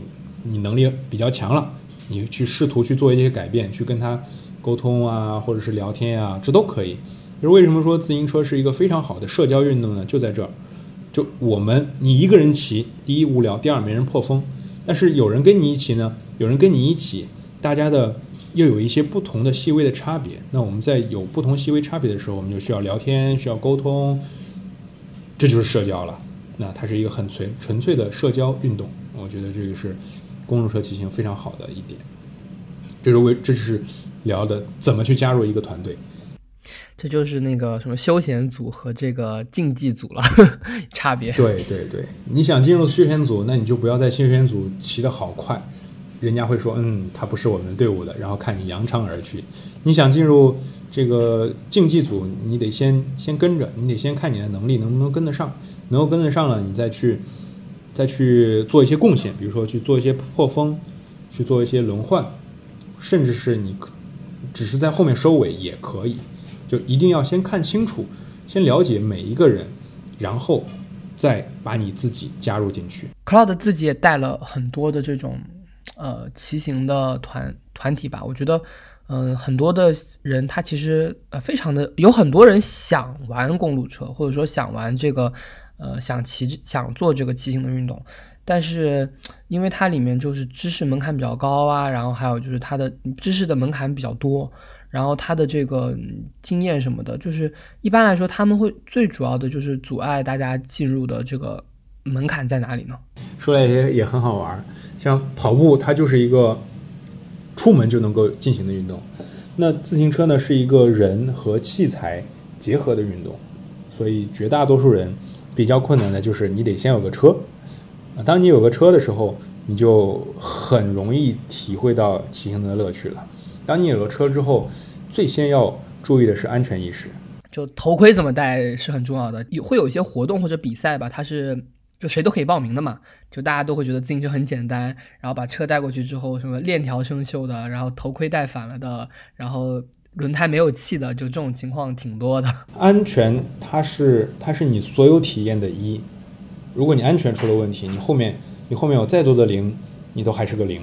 S1: 你能力比较强了，你去试图去做一些改变，去跟他沟通啊，或者是聊天啊，这都可以。就是为什么说自行车是一个非常好的社交运动呢？就在这儿，就我们你一个人骑，第一无聊，第二没人破风，但是有人跟你一起呢，有人跟你一起，大家的又有一些不同的细微的差别。那我们在有不同细微差别的时候，我们就需要聊天，需要沟通，这就是社交了。那它是一个很纯纯粹的社交运动，我觉得这个是公路车骑行非常好的一点。这是为这是聊的怎么去加入一个团队。
S2: 这就是那个什么休闲组和这个竞技组了差别。
S1: 对对对，你想进入休闲组，那你就不要在休闲组骑得好快，人家会说嗯他不是我们队伍的，然后看你扬长而去。你想进入这个竞技组，你得先先跟着，你得先看你的能力能不能跟得上，能够跟得上了，你再去再去做一些贡献，比如说去做一些破风，去做一些轮换，甚至是你只是在后面收尾也可以。就一定要先看清楚，先了解每一个人，然后再把你自己加入进去。
S2: Cloud 自己也带了很多的这种呃骑行的团团体吧，我觉得嗯、呃，很多的人他其实呃非常的有很多人想玩公路车，或者说想玩这个呃想骑想做这个骑行的运动，但是因为它里面就是知识门槛比较高啊，然后还有就是它的知识的门槛比较多，然后他的这个经验什么的，就是一般来说他们会最主要的就是阻碍大家进入的这个门槛在哪里呢？
S1: 说来也也很好玩，像跑步它就是一个出门就能够进行的运动，那自行车呢是一个人和器材结合的运动，所以绝大多数人比较困难的就是你得先有个车，当你有个车的时候，你就很容易体会到骑行的乐趣了。当你有了车之后，最先要注意的是安全意识。
S2: 就头盔怎么戴是很重要的，会有一些活动或者比赛吧，它是就谁都可以报名的嘛，就大家都会觉得自行车很简单，然后把车带过去之后，什么链条生锈的，然后头盔戴反了的，然后轮胎没有气的，就这种情况挺多的。
S1: 安全它是它是你所有体验的一，如果你安全出了问题，你后面你后面有再多的零，你都还是个零。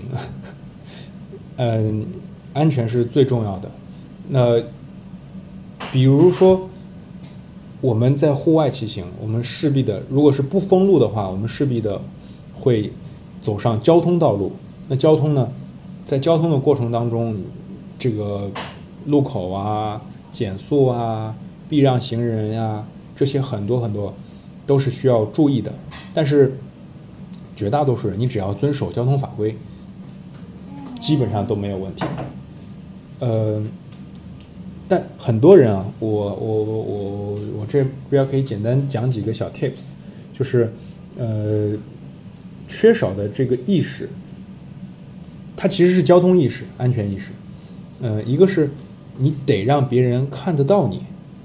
S1: 嗯。安全是最重要的。那比如说我们在户外骑行，我们势必的，如果是不封路的话，我们势必的会走上交通道路。那交通呢，在交通的过程当中，这个路口啊、减速啊、避让行人呀、啊，这些很多很多都是需要注意的。但是绝大多数人，你只要遵守交通法规，基本上都没有问题。呃，但很多人啊，我我我我这边可以简单讲几个小 tips， 就是呃缺少的这个意识，它其实是交通意识、安全意识。呃，一个是你得让别人看得到你，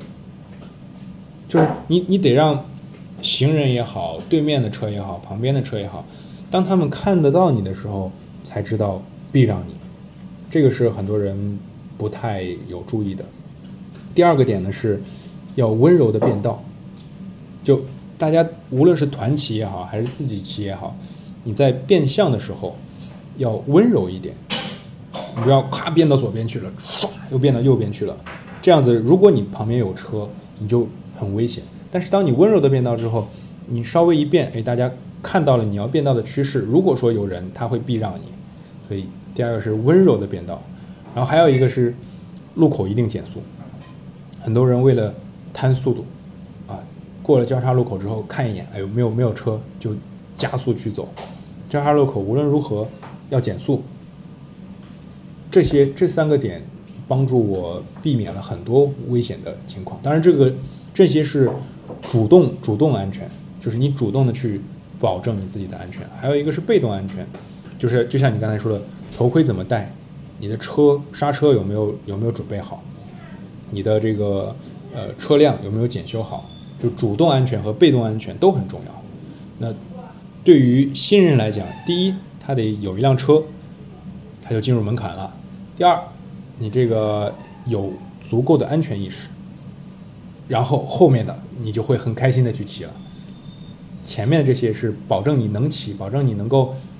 S1: 就是你你得让行人也好，对面的车也好，旁边的车也好，当他们看得到你的时候，才知道避让你。这个是很多人不太有注意的。第二个点呢，是要温柔的变道。就大家无论是团骑也好，还是自己骑也好，你在变向的时候要温柔一点，你不要咔变到左边去了，唰又变到右边去了。这样子，如果你旁边有车，你就很危险。但是当你温柔的变道之后，你稍微一变，哎，大家看到了你要变道的趋势。如果说有人，他会避让你。所以第二个是温柔的变道，然后还有一个是路口一定减速。很多人为了贪速度啊，过了交叉路口之后看一眼，哎呦没有没有车就加速去走。交叉路口无论如何要减速。这些这三个点帮助我避免了很多危险的情况。当然这个这些是主动主动安全，就是你主动的去保证你自己的安全。还有一个是被动安全，就是就像你刚才说的，头盔怎么戴，你的车刹车有没有有没有准备好，你的这个呃车辆有没有检修好，就主动安全和被动安全都很重要。那对于新人来讲，第一他得有一辆车，他就进入门槛了。第二，你这个有足够的安全意识，然后后面的你就会很开心的去骑了。前面这些是保证你能骑，保证你能够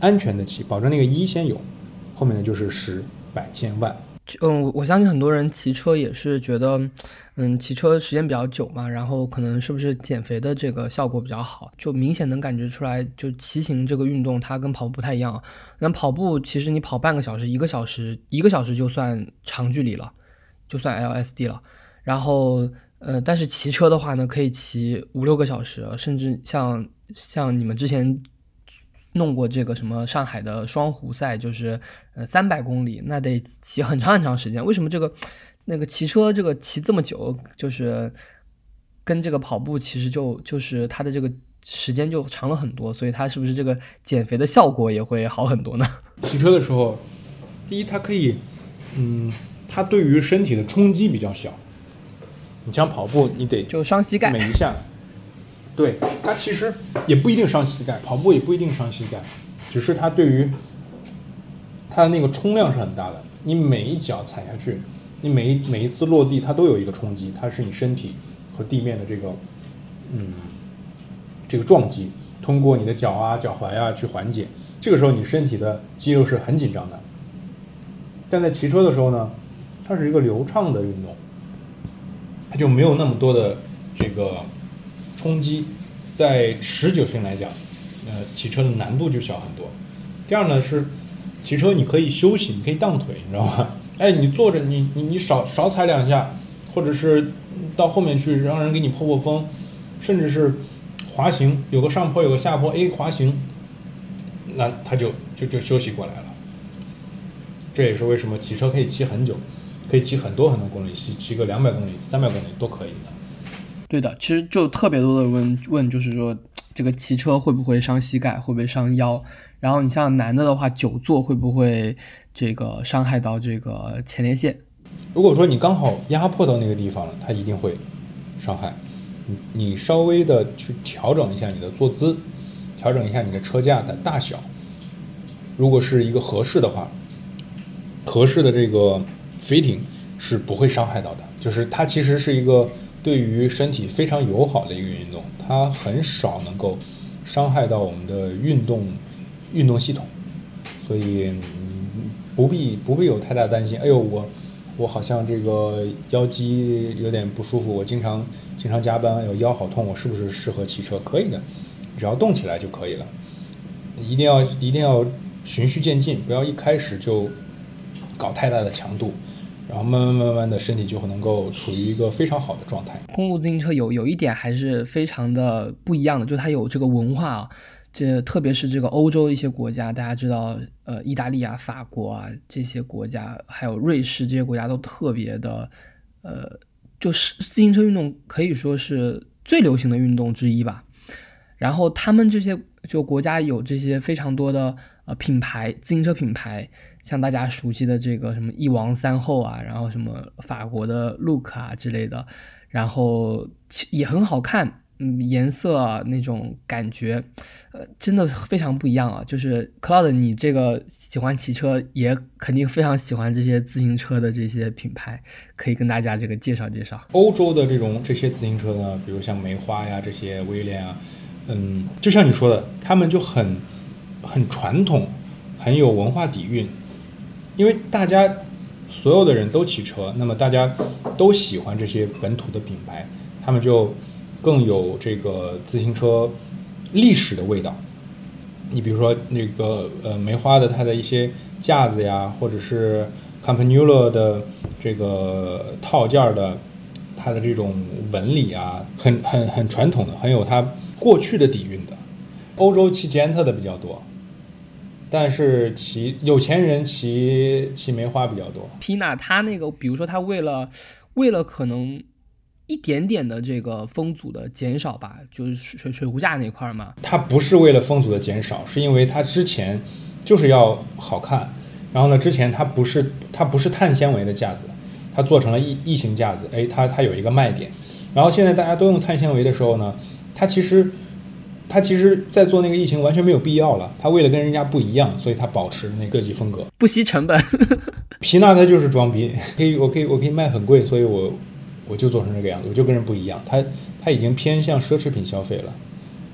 S1: 安全的骑，保证那个一先有，后面的就是十、百、千、万。
S2: 嗯，我相信很多人骑车也是觉得，嗯，骑车时间比较久嘛，然后可能是不是减肥的这个效果比较好，就明显能感觉出来，就骑行这个运动它跟跑步不太一样。那跑步其实你跑半个小时、一个小时、一个小时就算长距离了，就算 L S D 了。然后，呃，但是骑车的话呢，可以骑五六个小时，甚至像像你们之前弄过这个什么上海的双湖赛，就是呃三百公里，那得骑很长很长时间。为什么这个那个骑车这个骑这么久，就是跟这个跑步其实就就是它的这个时间就长了很多，所以它是不是这个减肥的效果也会好很多呢？
S1: 骑车的时候，第一它可以，嗯，它对于身体的冲击比较小。你像跑步，你得
S2: 就伤膝盖，
S1: 每一下。对，它其实也不一定伤膝盖，跑步也不一定伤膝盖，只是它对于它的那个冲量是很大的。你每一脚踩下去，你每一每一次落地，它都有一个冲击，它是你身体和地面的这个嗯这个撞击，通过你的脚啊、脚踝啊去缓解。这个时候你身体的肌肉是很紧张的。但在骑车的时候呢，它是一个流畅的运动，它就没有那么多的这个冲击，在持久性来讲，呃，骑车的难度就小很多。第二呢是，骑车你可以休息，你可以荡腿，你知道吗？哎，你坐着，你你你少少踩两下，或者是到后面去让人给你破破风，甚至是滑行，有个上坡有个下坡，哎，滑行，那他就就就休息过来了。这也是为什么骑车可以骑很久，可以骑很多很多公里，骑骑个两百公里、三百公里都可以的。
S2: 对的，其实就特别多的问问，就是说这个骑车会不会伤膝盖，会不会伤腰？然后你像男的的话，久坐会不会这个伤害到这个前列腺？
S1: 如果说你刚好压迫到那个地方了，它一定会伤害。你你稍微的去调整一下你的坐姿，调整一下你的车架的大小。如果是一个合适的话，合适的这个 fitting 是不会伤害到的。就是它其实是一个对于身体非常友好的一个运动，它很少能够伤害到我们的运动运动系统，所以、嗯、不必不必有太大担心。哎呦，我我好像这个腰肌有点不舒服，我经常经常加班，哎呦腰好痛，我是不是适合骑车？可以的，只要动起来就可以了。一定要一定要循序渐进，不要一开始就搞太大的强度。然后慢慢慢慢的身体就能够处于一个非常好的状态。
S2: 公路自行车有有一点还是非常的不一样的，就它有这个文化啊，这特别是这个欧洲一些国家，大家知道，呃，意大利啊、法国啊这些国家，还有瑞士这些国家都特别的，呃，就是自行车运动可以说是最流行的运动之一吧。然后他们这些就国家有这些非常多的呃品牌自行车品牌。像大家熟悉的这个什么一王三后啊，然后什么法国的 Look 啊之类的，然后也很好看，嗯，颜色啊那种感觉，呃，真的非常不一样啊。就是 Cloud， 你这个喜欢骑车，也肯定非常喜欢这些自行车的这些品牌，可以跟大家这个介绍介绍。
S1: 欧洲的这种这些自行车呢，比如像梅花呀这些威廉啊，嗯，就像你说的，他们就很很传统，很有文化底蕴。因为大家所有的人都骑车，那么大家都喜欢这些本土的品牌，他们就更有这个自行车历史的味道。你比如说那个呃梅花的它的一些架子呀，或者是 Campagnolo 的这个套件的它的这种纹理啊，很很很传统的，很有它过去的底蕴的。欧洲骑 Genta 的比较多。但是骑有钱人骑骑梅花比较多。
S2: Pina 他那个，比如说他为了为了可能一点点的这个风阻的减少吧，就是水水壶架那块嘛。
S1: 他不是为了风阻的减少，是因为他之前就是要好看，然后呢，之前它不是它不是碳纤维的架子，它做成了异异形架子，哎，它它有一个卖点。然后现在大家都用碳纤维的时候呢，它其实。他其实在做那个异形完全没有必要了，他为了跟人家不一样，所以他保持那个设计风格，
S2: 不惜成本。
S1: 皮纳他就是装逼，可以我可以我可以卖很贵，所以我我就做成这个样子，我就跟人不一样。他他已经偏向奢侈品消费了，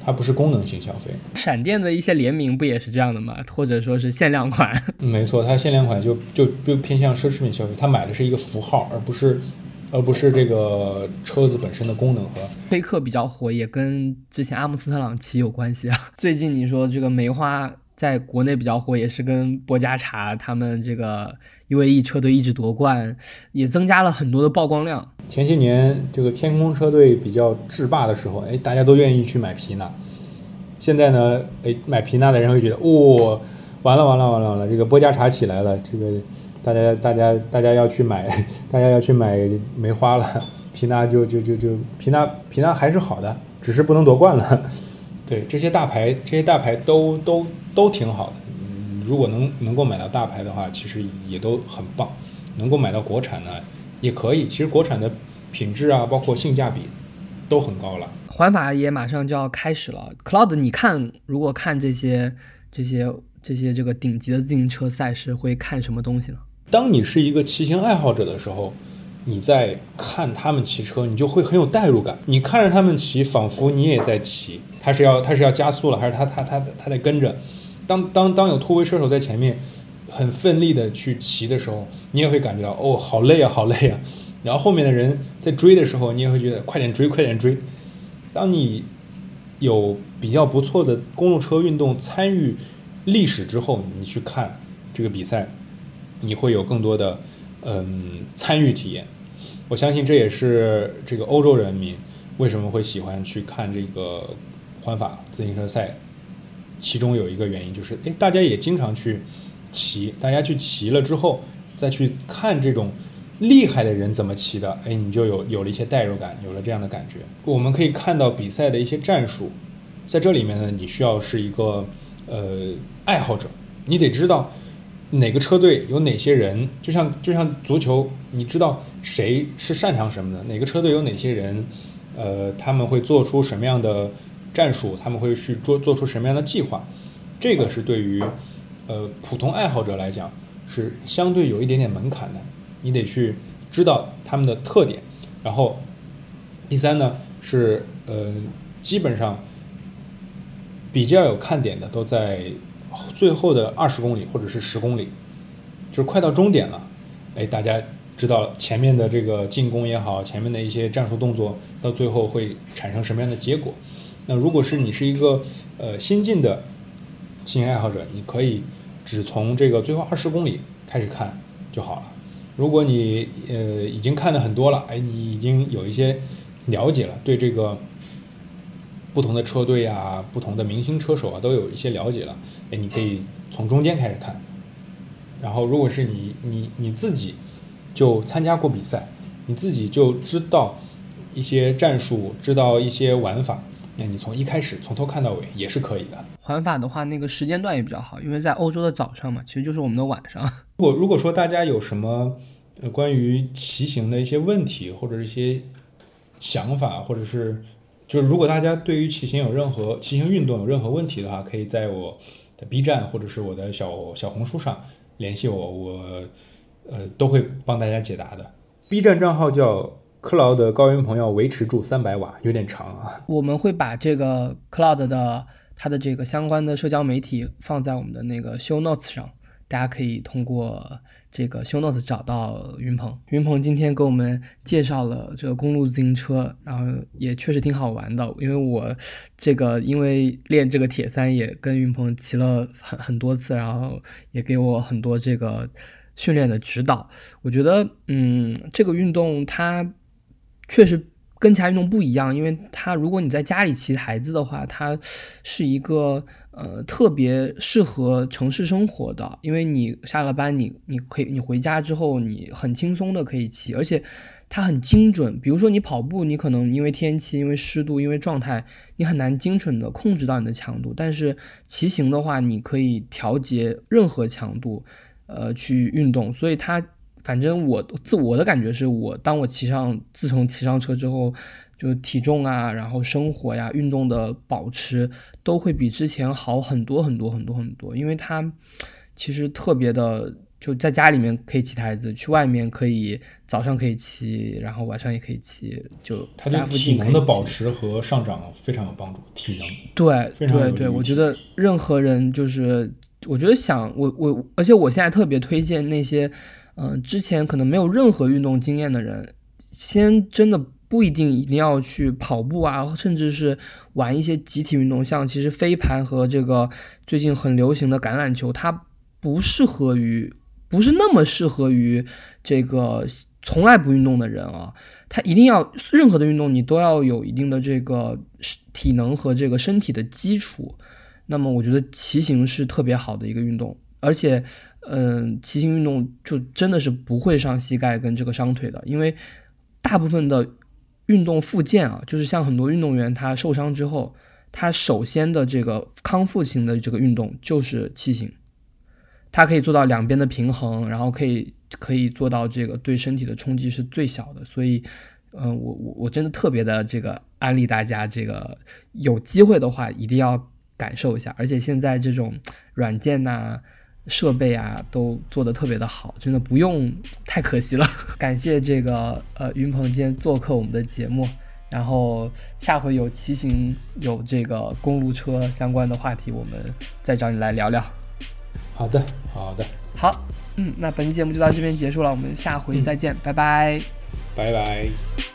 S1: 它不是功能性消费。
S2: 闪电的一些联名不也是这样的吗？或者说是限量款？
S1: 没错，它限量款就就就偏向奢侈品消费，它买的是一个符号，而不是而不是这个车子本身的功能和。
S2: 菲克比较火，也跟之前阿姆斯特朗骑有关系啊。最近你说这个梅花在国内比较火，也是跟博加查他们这个 U A E 车队一直夺冠，也增加了很多的曝光量。
S1: 前些年这个天空车队比较制霸的时候，哎，大家都愿意去买皮纳。现在呢，哎，买皮纳的人会觉得，哦，完了完了完了完了，这个博加查起来了，这个大家大家大家要去买，大家要去买梅花了，皮纳就就就就皮纳皮纳还是好的，只是不能夺冠了。对，这些大牌这些大牌都都都挺好的。嗯，如果能能够买到大牌的话，其实也都很棒。能够买到国产呢，也可以。其实国产的品质啊，包括性价比都很高了。
S2: 环法也马上就要开始了 ，Cloud， 你看，如果看这些这些这些这个顶级的自行车赛事，会看什么东西呢？
S1: 当你是一个骑行爱好者的时候，你在看他们骑车，你就会很有代入感。你看着他们骑，仿佛你也在骑。他是要他是要加速了，还是他他他他在跟着？当当当有突围车手在前面很奋力的去骑的时候，你也会感觉到哦，好累啊，好累啊。然后后面的人在追的时候，你也会觉得快点追，快点追。当你有比较不错的公路车运动参与历史之后，你去看这个比赛，你会有更多的嗯参与体验。我相信这也是这个欧洲人民为什么会喜欢去看这个环法自行车赛，其中有一个原因就是，哎，大家也经常去骑，大家去骑了之后，再去看这种厉害的人怎么骑的，哎，你就有有了一些代入感，有了这样的感觉。我们可以看到比赛的一些战术，在这里面呢，你需要是一个呃爱好者，你得知道哪个车队有哪些人，就像就像足球，你知道谁是擅长什么的，哪个车队有哪些人，呃，他们会做出什么样的战术，他们会去做做出什么样的计划，这个是对于呃普通爱好者来讲是相对有一点点门槛的。你得去知道他们的特点，然后第三呢是呃基本上比较有看点的都在最后的二十公里或者是十公里，就是快到终点了，哎，大家知道前面的这个进攻也好，前面的一些战术动作到最后会产生什么样的结果。那如果是你是一个呃新进的骑行爱好者，你可以只从这个最后二十公里开始看就好了。如果你呃已经看的很多了，哎，你已经有一些了解了，对这个不同的车队啊、不同的明星车手啊都有一些了解了，哎，你可以从中间开始看。然后，如果是你你你自己就参加过比赛，你自己就知道一些战术，知道一些玩法，那你从一开始从头看到尾也是可以的。
S2: 环法的话，那个时间段也比较好，因为在欧洲的早上嘛，其实就是我们的晚上。
S1: 如果如果说大家有什么呃关于骑行的一些问题，或者一些想法，或者是就是如果大家对于骑行有任何骑行运动有任何问题的话，可以在我的 B 站或者是我的小小红书上联系我，我呃都会帮大家解答的。B 站账号叫克劳德高原朋友维持住三百瓦，有点长啊。
S2: 我们会把这个 Cloud 的它的这个相关的社交媒体放在我们的那个 show notes 上，大家可以通过这个 show notes 找到云鹏。云鹏今天给我们介绍了这个公路自行车，然后也确实挺好玩的，因为我这个因为练这个铁三也跟云鹏骑了很很多次，然后也给我很多这个训练的指导。我觉得嗯，这个运动它确实跟其他运动不一样，因为它如果你在家里骑孩子的话，它是一个呃特别适合城市生活的，因为你下了班你你可以你回家之后你很轻松的可以骑，而且它很精准。比如说你跑步，你可能因为天气、因为湿度、因为状态，你很难精准的控制到你的强度，但是骑行的话，你可以调节任何强度，呃去运动，所以它。反正我自我的感觉是我当我骑上自从骑上车之后，就体重啊，然后生活呀、运动的保持都会比之前好很多很多很多很多，因为它其实特别的就在家里面可以骑台子，去外面可以早上可以骑，然后晚上也可以骑，就
S1: 它对体能的保持和上涨非常有帮助。体能
S2: 对
S1: 非常有
S2: 对对，我觉得任何人就是，我觉得想我我，而且我现在特别推荐那些，嗯、呃，之前可能没有任何运动经验的人，先真的不一定一定要去跑步啊，甚至是玩一些集体运动，像其实飞盘和这个最近很流行的橄榄球，它不适合于，不是那么适合于这个从来不运动的人啊。它一定要任何的运动你都要有一定的这个体能和这个身体的基础。那么我觉得骑行是特别好的一个运动，而且嗯，骑行运动就真的是不会伤膝盖跟这个伤腿的，因为大部分的运动复健啊，就是像很多运动员他受伤之后，他首先的这个康复型的这个运动就是骑行，他可以做到两边的平衡，然后可以可以做到这个对身体的冲击是最小的。所以嗯、呃，我我我真的特别的这个安利大家，这个有机会的话一定要感受一下。而且现在这种软件呐、啊、设备啊都做得特别的好，真的不用太可惜了。感谢这个呃云鹏今天做客我们的节目，然后下回有骑行有这个公路车相关的话题，我们再找你来聊聊。
S1: 好的好的
S2: 好，嗯，那本期节目就到这边结束了，我们下回再见、嗯、拜拜
S1: 拜拜。